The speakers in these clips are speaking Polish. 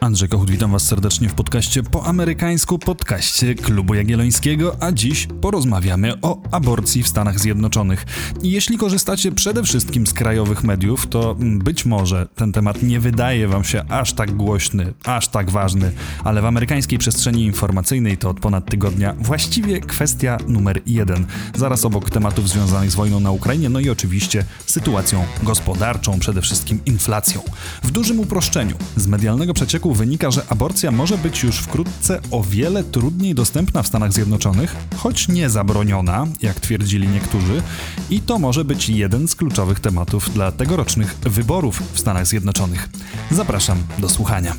Andrzej Kochut, witam Was serdecznie w podcaście po amerykańsku, podcaście Klubu Jagiellońskiego, a dziś porozmawiamy o aborcji w Stanach Zjednoczonych. I jeśli korzystacie przede wszystkim z krajowych mediów, to być może ten temat nie wydaje Wam się aż tak głośny, aż tak ważny, ale w amerykańskiej przestrzeni informacyjnej to od ponad tygodnia właściwie kwestia numer 1. Zaraz obok tematów związanych z wojną na Ukrainie, no i oczywiście sytuacją gospodarczą, przede wszystkim inflacją. W dużym uproszczeniu, z medialnego przecieku wynika, że aborcja może być już wkrótce o wiele trudniej dostępna w Stanach Zjednoczonych, choć nie zabroniona, jak twierdzili niektórzy, i to może być jeden z kluczowych tematów dla tegorocznych wyborów w Stanach Zjednoczonych. Zapraszam do słuchania.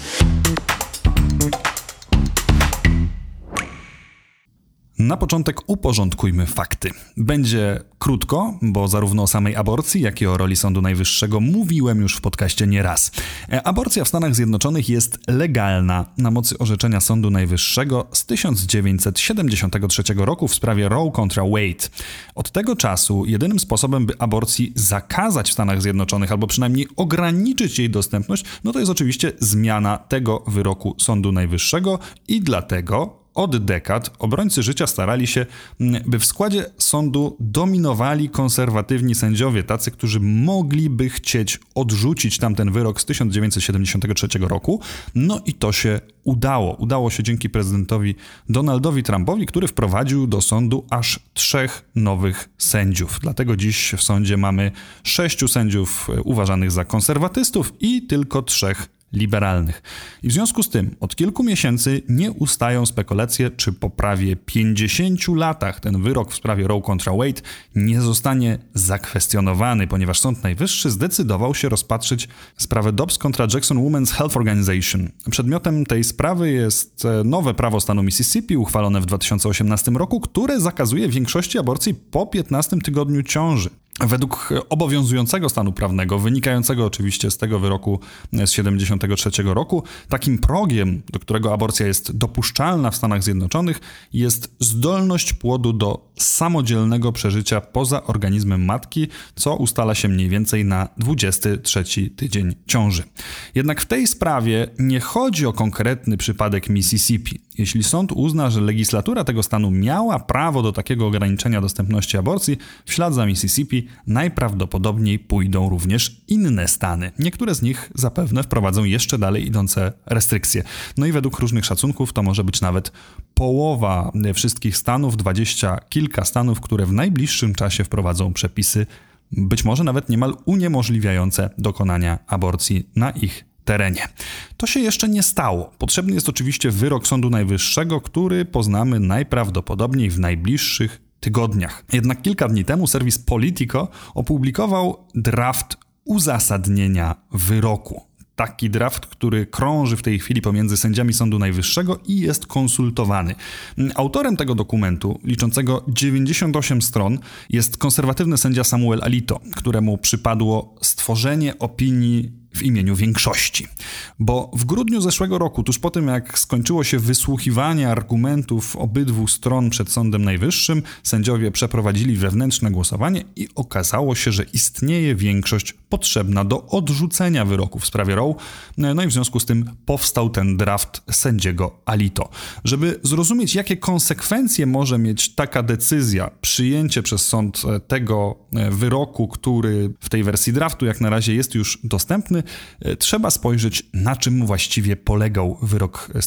Na początek uporządkujmy fakty. Będzie krótko, bo zarówno o samej aborcji, jak i o roli Sądu Najwyższego mówiłem już w podcaście nieraz. Aborcja w Stanach Zjednoczonych jest legalna na mocy orzeczenia Sądu Najwyższego z 1973 roku w sprawie Roe kontra Wade. Od tego czasu jedynym sposobem, by aborcji zakazać w Stanach Zjednoczonych albo przynajmniej ograniczyć jej dostępność, no to jest oczywiście zmiana tego wyroku Sądu Najwyższego i dlatego od dekad obrońcy życia starali się, by w składzie sądu dominowali konserwatywni sędziowie, tacy, którzy mogliby chcieć odrzucić tamten wyrok z 1973 roku. No i to się udało. Udało się dzięki prezydentowi Donaldowi Trumpowi, który wprowadził do sądu aż 3 nowych sędziów. Dlatego dziś w sądzie mamy 6 sędziów uważanych za konserwatystów i tylko 3 liberalnych. I w związku z tym od kilku miesięcy nie ustają spekulacje, czy po prawie 50 latach ten wyrok w sprawie Roe kontra Wade nie zostanie zakwestionowany, ponieważ Sąd Najwyższy zdecydował się rozpatrzyć sprawę Dobbs kontra Jackson Women's Health Organization. Przedmiotem tej sprawy jest nowe prawo stanu Mississippi, uchwalone w 2018 roku, które zakazuje większości aborcji po 15 tygodniu ciąży. Według obowiązującego stanu prawnego, wynikającego oczywiście z tego wyroku z 1973 roku, takim progiem, do którego aborcja jest dopuszczalna w Stanach Zjednoczonych, jest zdolność płodu do samodzielnego przeżycia poza organizmem matki, co ustala się mniej więcej na 23 tydzień ciąży. Jednak w tej sprawie nie chodzi o konkretny przypadek Mississippi. Jeśli sąd uzna, że legislatura tego stanu miała prawo do takiego ograniczenia dostępności aborcji, w ślad za Mississippi najprawdopodobniej pójdą również inne stany. Niektóre z nich zapewne wprowadzą jeszcze dalej idące restrykcje. No i według różnych szacunków to może być nawet połowa wszystkich stanów, 20 kilka stanów, które w najbliższym czasie wprowadzą przepisy, być może nawet niemal uniemożliwiające dokonania aborcji na ich terenie. To się jeszcze nie stało. Potrzebny jest oczywiście wyrok Sądu Najwyższego, który poznamy najprawdopodobniej w najbliższych tygodniach. Jednak kilka dni temu serwis Politico opublikował draft uzasadnienia wyroku. Taki draft, który krąży w tej chwili pomiędzy sędziami Sądu Najwyższego i jest konsultowany. Autorem tego dokumentu, liczącego 98 stron, jest konserwatywny sędzia Samuel Alito, któremu przypadło stworzenie opinii w imieniu większości. Bo w grudniu zeszłego roku, tuż po tym jak skończyło się wysłuchiwanie argumentów obydwu stron przed Sądem Najwyższym, sędziowie przeprowadzili wewnętrzne głosowanie i okazało się, że istnieje większość potrzebna do odrzucenia wyroku w sprawie Roe. No i w związku z tym powstał ten draft sędziego Alito. Żeby zrozumieć, jakie konsekwencje może mieć taka decyzja, przyjęcie przez sąd tego wyroku, który w tej wersji draftu jak na razie jest już dostępny, trzeba spojrzeć, na czym właściwie polegał wyrok z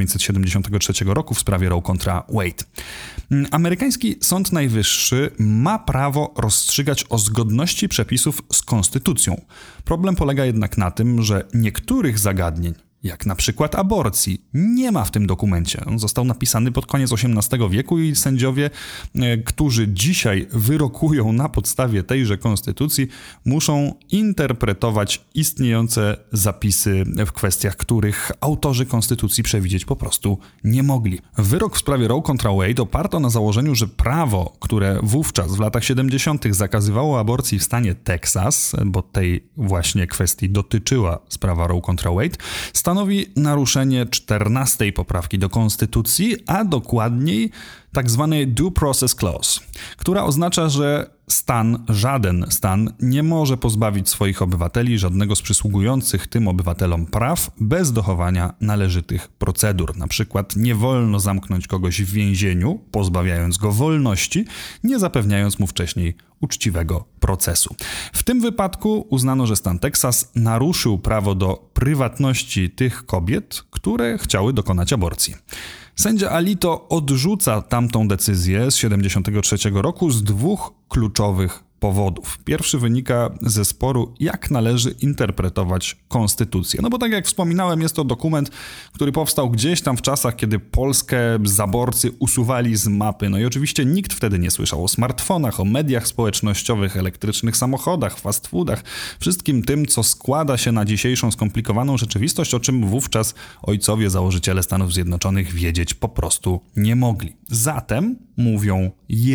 1973 roku w sprawie Roe kontra Wade. Amerykański Sąd Najwyższy ma prawo rozstrzygać o zgodności przepisów z konstytucją. Problem polega jednak na tym, że niektórych zagadnień, jak na przykład aborcji, nie ma w tym dokumencie. On został napisany pod koniec XVIII wieku i sędziowie, którzy dzisiaj wyrokują na podstawie tejże konstytucji, muszą interpretować istniejące zapisy w kwestiach, których autorzy konstytucji przewidzieć po prostu nie mogli. Wyrok w sprawie Roe kontra Wade oparto na założeniu, że prawo, które wówczas w latach 70. zakazywało aborcji w stanie Teksas, bo tej właśnie kwestii dotyczyła sprawa Roe kontra Wade, stanowi naruszenie 14 poprawki do Konstytucji, a dokładniej tak zwanej Due Process Clause, która oznacza, że żaden stan nie może pozbawić swoich obywateli żadnego z przysługujących tym obywatelom praw bez dochowania należytych procedur. Na przykład nie wolno zamknąć kogoś w więzieniu, pozbawiając go wolności, nie zapewniając mu wcześniej uczciwego procesu. W tym wypadku uznano, że stan Teksas naruszył prawo do prywatności tych kobiet, które chciały dokonać aborcji. Sędzia Alito odrzuca tamtą decyzję z 1973 roku z dwóch kluczowych powodów. Pierwszy wynika ze sporu, jak należy interpretować konstytucję. No bo tak jak wspominałem, jest to dokument, który powstał gdzieś tam w czasach, kiedy Polskę zaborcy usuwali z mapy. No i oczywiście nikt wtedy nie słyszał o smartfonach, o mediach społecznościowych, elektrycznych samochodach, fast foodach, wszystkim tym, co składa się na dzisiejszą skomplikowaną rzeczywistość, o czym wówczas ojcowie założyciele Stanów Zjednoczonych wiedzieć po prostu nie mogli. Zatem, mówią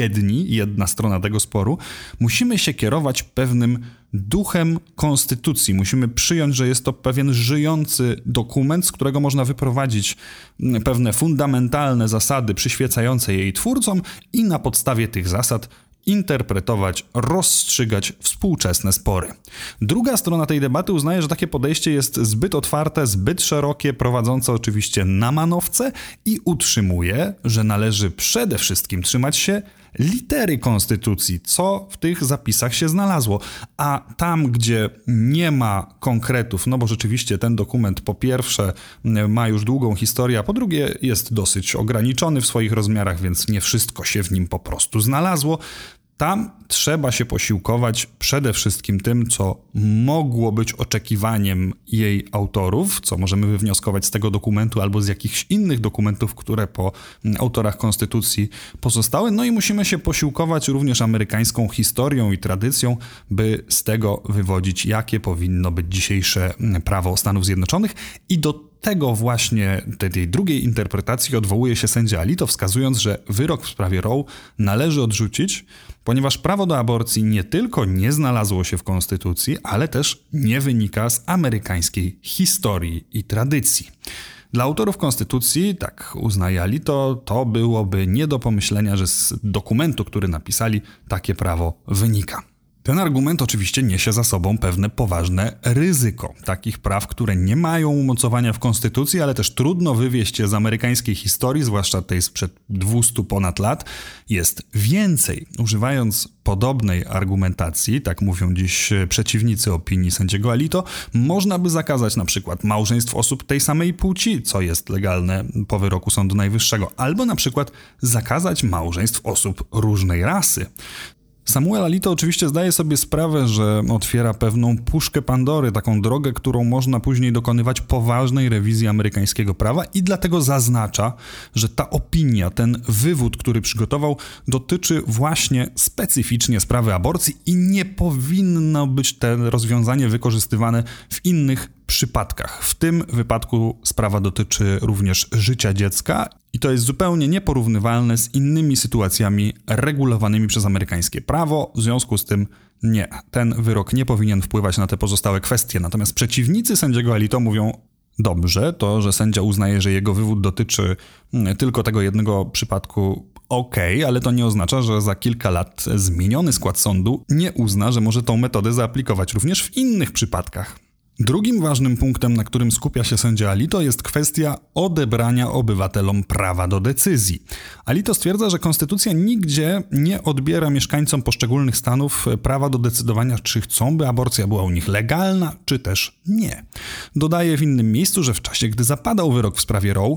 jedna strona tego sporu, musimy się kierować pewnym duchem konstytucji. Musimy przyjąć, że jest to pewien żyjący dokument, z którego można wyprowadzić pewne fundamentalne zasady przyświecające jej twórcom i na podstawie tych zasad interpretować, rozstrzygać współczesne spory. Druga strona tej debaty uznaje, że takie podejście jest zbyt otwarte, zbyt szerokie, prowadzące oczywiście na manowce i utrzymuje, że należy przede wszystkim trzymać się litery konstytucji, co w tych zapisach się znalazło. A tam, gdzie nie ma konkretów, no bo rzeczywiście ten dokument po pierwsze ma już długą historię, a po drugie jest dosyć ograniczony w swoich rozmiarach, więc nie wszystko się w nim po prostu znalazło, tam trzeba się posiłkować przede wszystkim tym, co mogło być oczekiwaniem jej autorów, co możemy wywnioskować z tego dokumentu albo z jakichś innych dokumentów, które po autorach konstytucji pozostały. No i musimy się posiłkować również amerykańską historią i tradycją, by z tego wywodzić, jakie powinno być dzisiejsze prawo Stanów Zjednoczonych. I do tego właśnie, tej drugiej interpretacji odwołuje się sędzia Alito, wskazując, że wyrok w sprawie Roe należy odrzucić, ponieważ prawo do aborcji nie tylko nie znalazło się w konstytucji, ale też nie wynika z amerykańskiej historii i tradycji. Dla autorów konstytucji, tak uznaje Alito, to byłoby nie do pomyślenia, że z dokumentu, który napisali, takie prawo wynika. Ten argument oczywiście niesie za sobą pewne poważne ryzyko. Takich praw, które nie mają umocowania w konstytucji, ale też trudno wywieźć je z amerykańskiej historii, zwłaszcza tej sprzed 200 ponad lat, jest więcej. Używając podobnej argumentacji, tak mówią dziś przeciwnicy opinii sędziego Alito, można by zakazać na przykład małżeństw osób tej samej płci, co jest legalne po wyroku Sądu Najwyższego, albo na przykład zakazać małżeństw osób różnej rasy. Samuel Alito oczywiście zdaje sobie sprawę, że otwiera pewną puszkę Pandory, taką drogę, którą można później dokonywać poważnej rewizji amerykańskiego prawa i dlatego zaznacza, że ta opinia, ten wywód, który przygotował, dotyczy właśnie specyficznie sprawy aborcji i nie powinno być to rozwiązanie wykorzystywane w innych przypadkach. W tym wypadku sprawa dotyczy również życia dziecka i to jest zupełnie nieporównywalne z innymi sytuacjami regulowanymi przez amerykańskie prawo. W związku z tym nie, ten wyrok nie powinien wpływać na te pozostałe kwestie. Natomiast przeciwnicy sędziego Alito mówią: dobrze, to, że sędzia uznaje, że jego wywód dotyczy tylko tego jednego przypadku, okej, ale to nie oznacza, że za kilka lat zmieniony skład sądu nie uzna, że może tą metodę zaaplikować również w innych przypadkach. Drugim ważnym punktem, na którym skupia się sędzia Alito, jest kwestia odebrania obywatelom prawa do decyzji. Alito stwierdza, że konstytucja nigdzie nie odbiera mieszkańcom poszczególnych stanów prawa do decydowania, czy chcą, by aborcja była u nich legalna, czy też nie. Dodaje w innym miejscu, że w czasie, gdy zapadał wyrok w sprawie Roe,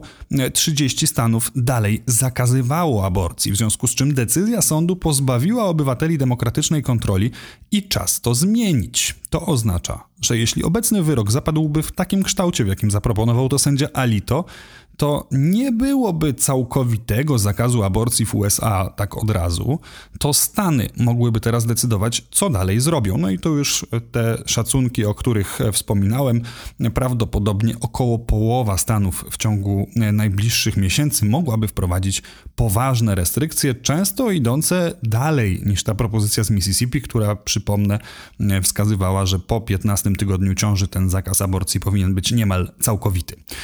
30 stanów dalej zakazywało aborcji, w związku z czym decyzja sądu pozbawiła obywateli demokratycznej kontroli i czas to zmienić. To oznacza, że jeśli obecny wyrok zapadłby w takim kształcie, w jakim zaproponował to sędzia Alito, to nie byłoby całkowitego zakazu aborcji w USA tak od razu, to Stany mogłyby teraz decydować, co dalej zrobią. No i to już te szacunki, o których wspominałem, prawdopodobnie około połowa stanów w ciągu najbliższych miesięcy mogłaby wprowadzić poważne restrykcje, często idące dalej niż ta propozycja z Mississippi, która, przypomnę, wskazywała, że po 15 tygodniu ciąży ten zakaz aborcji powinien być niemal całkowity.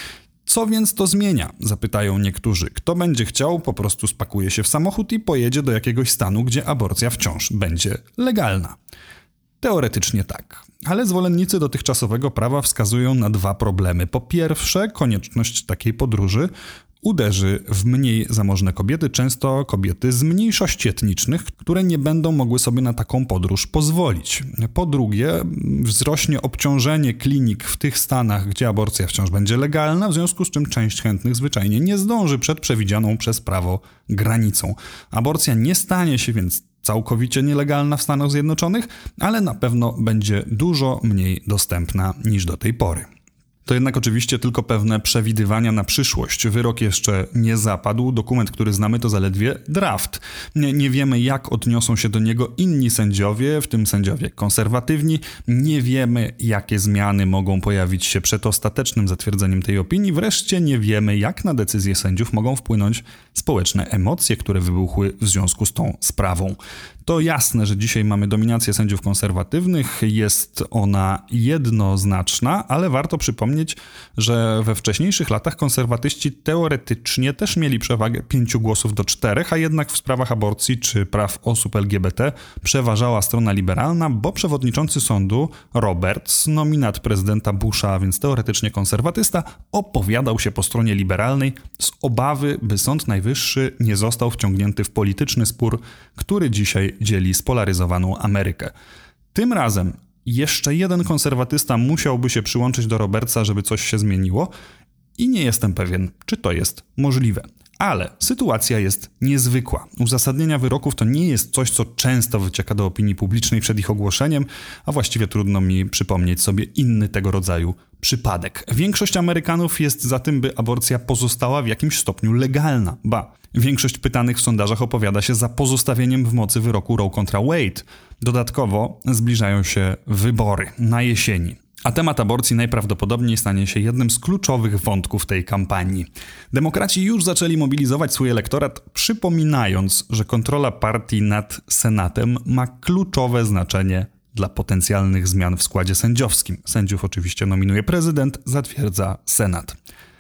Co więc to zmienia? Zapytają niektórzy. Kto będzie chciał, po prostu spakuje się w samochód i pojedzie do jakiegoś stanu, gdzie aborcja wciąż będzie legalna. Teoretycznie tak. Ale zwolennicy dotychczasowego prawa wskazują na 2 problemy. Po pierwsze, konieczność takiej podróży uderzy w mniej zamożne kobiety, często kobiety z mniejszości etnicznych, które nie będą mogły sobie na taką podróż pozwolić. Po drugie, wzrośnie obciążenie klinik w tych stanach, gdzie aborcja wciąż będzie legalna, w związku z czym część chętnych zwyczajnie nie zdąży przed przewidzianą przez prawo granicą. Aborcja nie stanie się więc całkowicie nielegalna w Stanach Zjednoczonych, ale na pewno będzie dużo mniej dostępna niż do tej pory. To jednak oczywiście tylko pewne przewidywania na przyszłość. Wyrok jeszcze nie zapadł. Dokument, który znamy, to zaledwie draft. Nie wiemy, jak odniosą się do niego inni sędziowie, w tym sędziowie konserwatywni. Nie wiemy, jakie zmiany mogą pojawić się przed ostatecznym zatwierdzeniem tej opinii. Wreszcie nie wiemy, jak na decyzje sędziów mogą wpłynąć społeczne emocje, które wybuchły w związku z tą sprawą. To jasne, że dzisiaj mamy dominację sędziów konserwatywnych, jest ona jednoznaczna, ale warto przypomnieć, że we wcześniejszych latach konserwatyści teoretycznie też mieli przewagę 5 głosów do 4, a jednak w sprawach aborcji czy praw osób LGBT przeważała strona liberalna, bo przewodniczący sądu Roberts, nominat prezydenta Busha, a więc teoretycznie konserwatysta, opowiadał się po stronie liberalnej z obawy, by Sąd Najwyższy nie został wciągnięty w polityczny spór, który dzisiaj dzieli spolaryzowaną Amerykę. Tym razem jeszcze jeden konserwatysta musiałby się przyłączyć do Robertsa, żeby coś się zmieniło i nie jestem pewien, czy to jest możliwe. Ale sytuacja jest niezwykła. Uzasadnienia wyroków to nie jest coś, co często wycieka do opinii publicznej przed ich ogłoszeniem, a właściwie trudno mi przypomnieć sobie inny tego rodzaju przypadek. Większość Amerykanów jest za tym, by aborcja pozostała w jakimś stopniu legalna. Większość pytanych w sondażach opowiada się za pozostawieniem w mocy wyroku Roe kontra Wade. Dodatkowo zbliżają się wybory na jesieni. A temat aborcji najprawdopodobniej stanie się jednym z kluczowych wątków tej kampanii. Demokraci już zaczęli mobilizować swój elektorat, przypominając, że kontrola partii nad Senatem ma kluczowe znaczenie dla potencjalnych zmian w składzie sędziowskim. Sędziów oczywiście nominuje prezydent, zatwierdza Senat.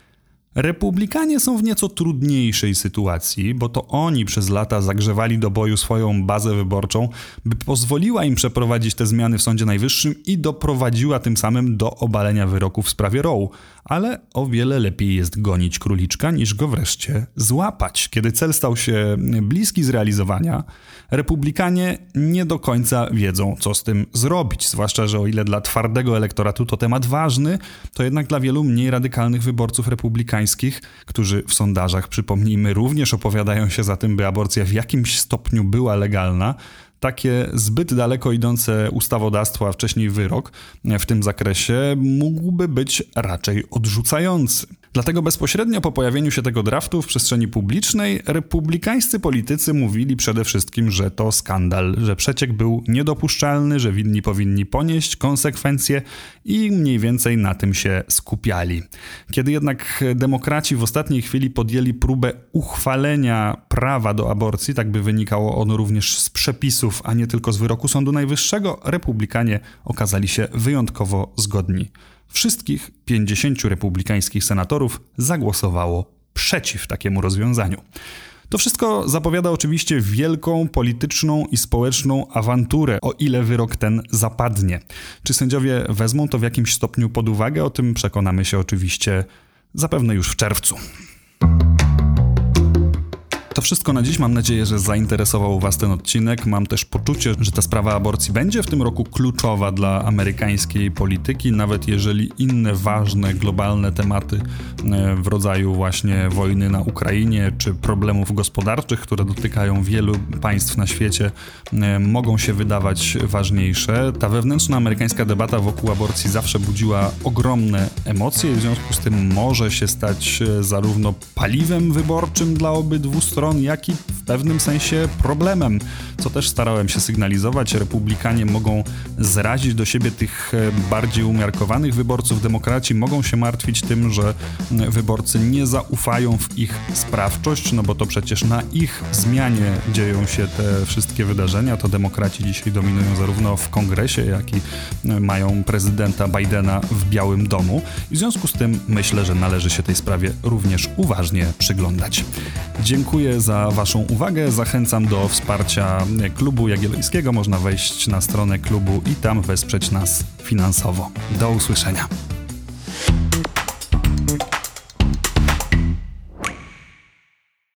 Republikanie są w nieco trudniejszej sytuacji, bo to oni przez lata zagrzewali do boju swoją bazę wyborczą, by pozwoliła im przeprowadzić te zmiany w Sądzie Najwyższym i doprowadziła tym samym do obalenia wyroku w sprawie Roe. Ale o wiele lepiej jest gonić króliczka, niż go wreszcie złapać. Kiedy cel stał się bliski zrealizowania, republikanie nie do końca wiedzą, co z tym zrobić. Zwłaszcza, że o ile dla twardego elektoratu to temat ważny, to jednak dla wielu mniej radykalnych wyborców republikańskich, którzy w sondażach, przypomnijmy, również opowiadają się za tym, by aborcja w jakimś stopniu była legalna, takie zbyt daleko idące ustawodawstwo, a wcześniej wyrok w tym zakresie mógłby być raczej odrzucający. Dlatego bezpośrednio po pojawieniu się tego draftu w przestrzeni publicznej republikańscy politycy mówili przede wszystkim, że to skandal, że przeciek był niedopuszczalny, że winni powinni ponieść konsekwencje i mniej więcej na tym się skupiali. Kiedy jednak demokraci w ostatniej chwili podjęli próbę uchwalenia prawa do aborcji, tak by wynikało ono również z przepisów, a nie tylko z wyroku Sądu Najwyższego, republikanie okazali się wyjątkowo zgodni. Wszystkich 50 republikańskich senatorów zagłosowało przeciw takiemu rozwiązaniu. To wszystko zapowiada oczywiście wielką polityczną i społeczną awanturę, o ile wyrok ten zapadnie. Czy sędziowie wezmą to w jakimś stopniu pod uwagę? O tym przekonamy się oczywiście zapewne już w czerwcu. To wszystko na dziś. Mam nadzieję, że zainteresował Was ten odcinek. Mam też poczucie, że ta sprawa aborcji będzie w tym roku kluczowa dla amerykańskiej polityki, nawet jeżeli inne ważne, globalne tematy w rodzaju właśnie wojny na Ukrainie czy problemów gospodarczych, które dotykają wielu państw na świecie, mogą się wydawać ważniejsze. Ta wewnętrzna amerykańska debata wokół aborcji zawsze budziła ogromne emocje i w związku z tym może się stać zarówno paliwem wyborczym dla obydwu stron, stron, jak i w pewnym sensie problemem, co też starałem się sygnalizować. Republikanie mogą zrazić do siebie tych bardziej umiarkowanych wyborców. Demokraci mogą się martwić tym, że wyborcy nie zaufają w ich sprawczość, no bo to przecież na ich zmianie dzieją się te wszystkie wydarzenia. To demokraci dzisiaj dominują zarówno w Kongresie, jak i mają prezydenta Bidena w Białym Domu. I w związku z tym myślę, że należy się tej sprawie również uważnie przyglądać. Dziękuję za Waszą uwagę. Zachęcam do wsparcia Klubu Jagiellońskiego. Można wejść na stronę klubu i tam wesprzeć nas finansowo. Do usłyszenia.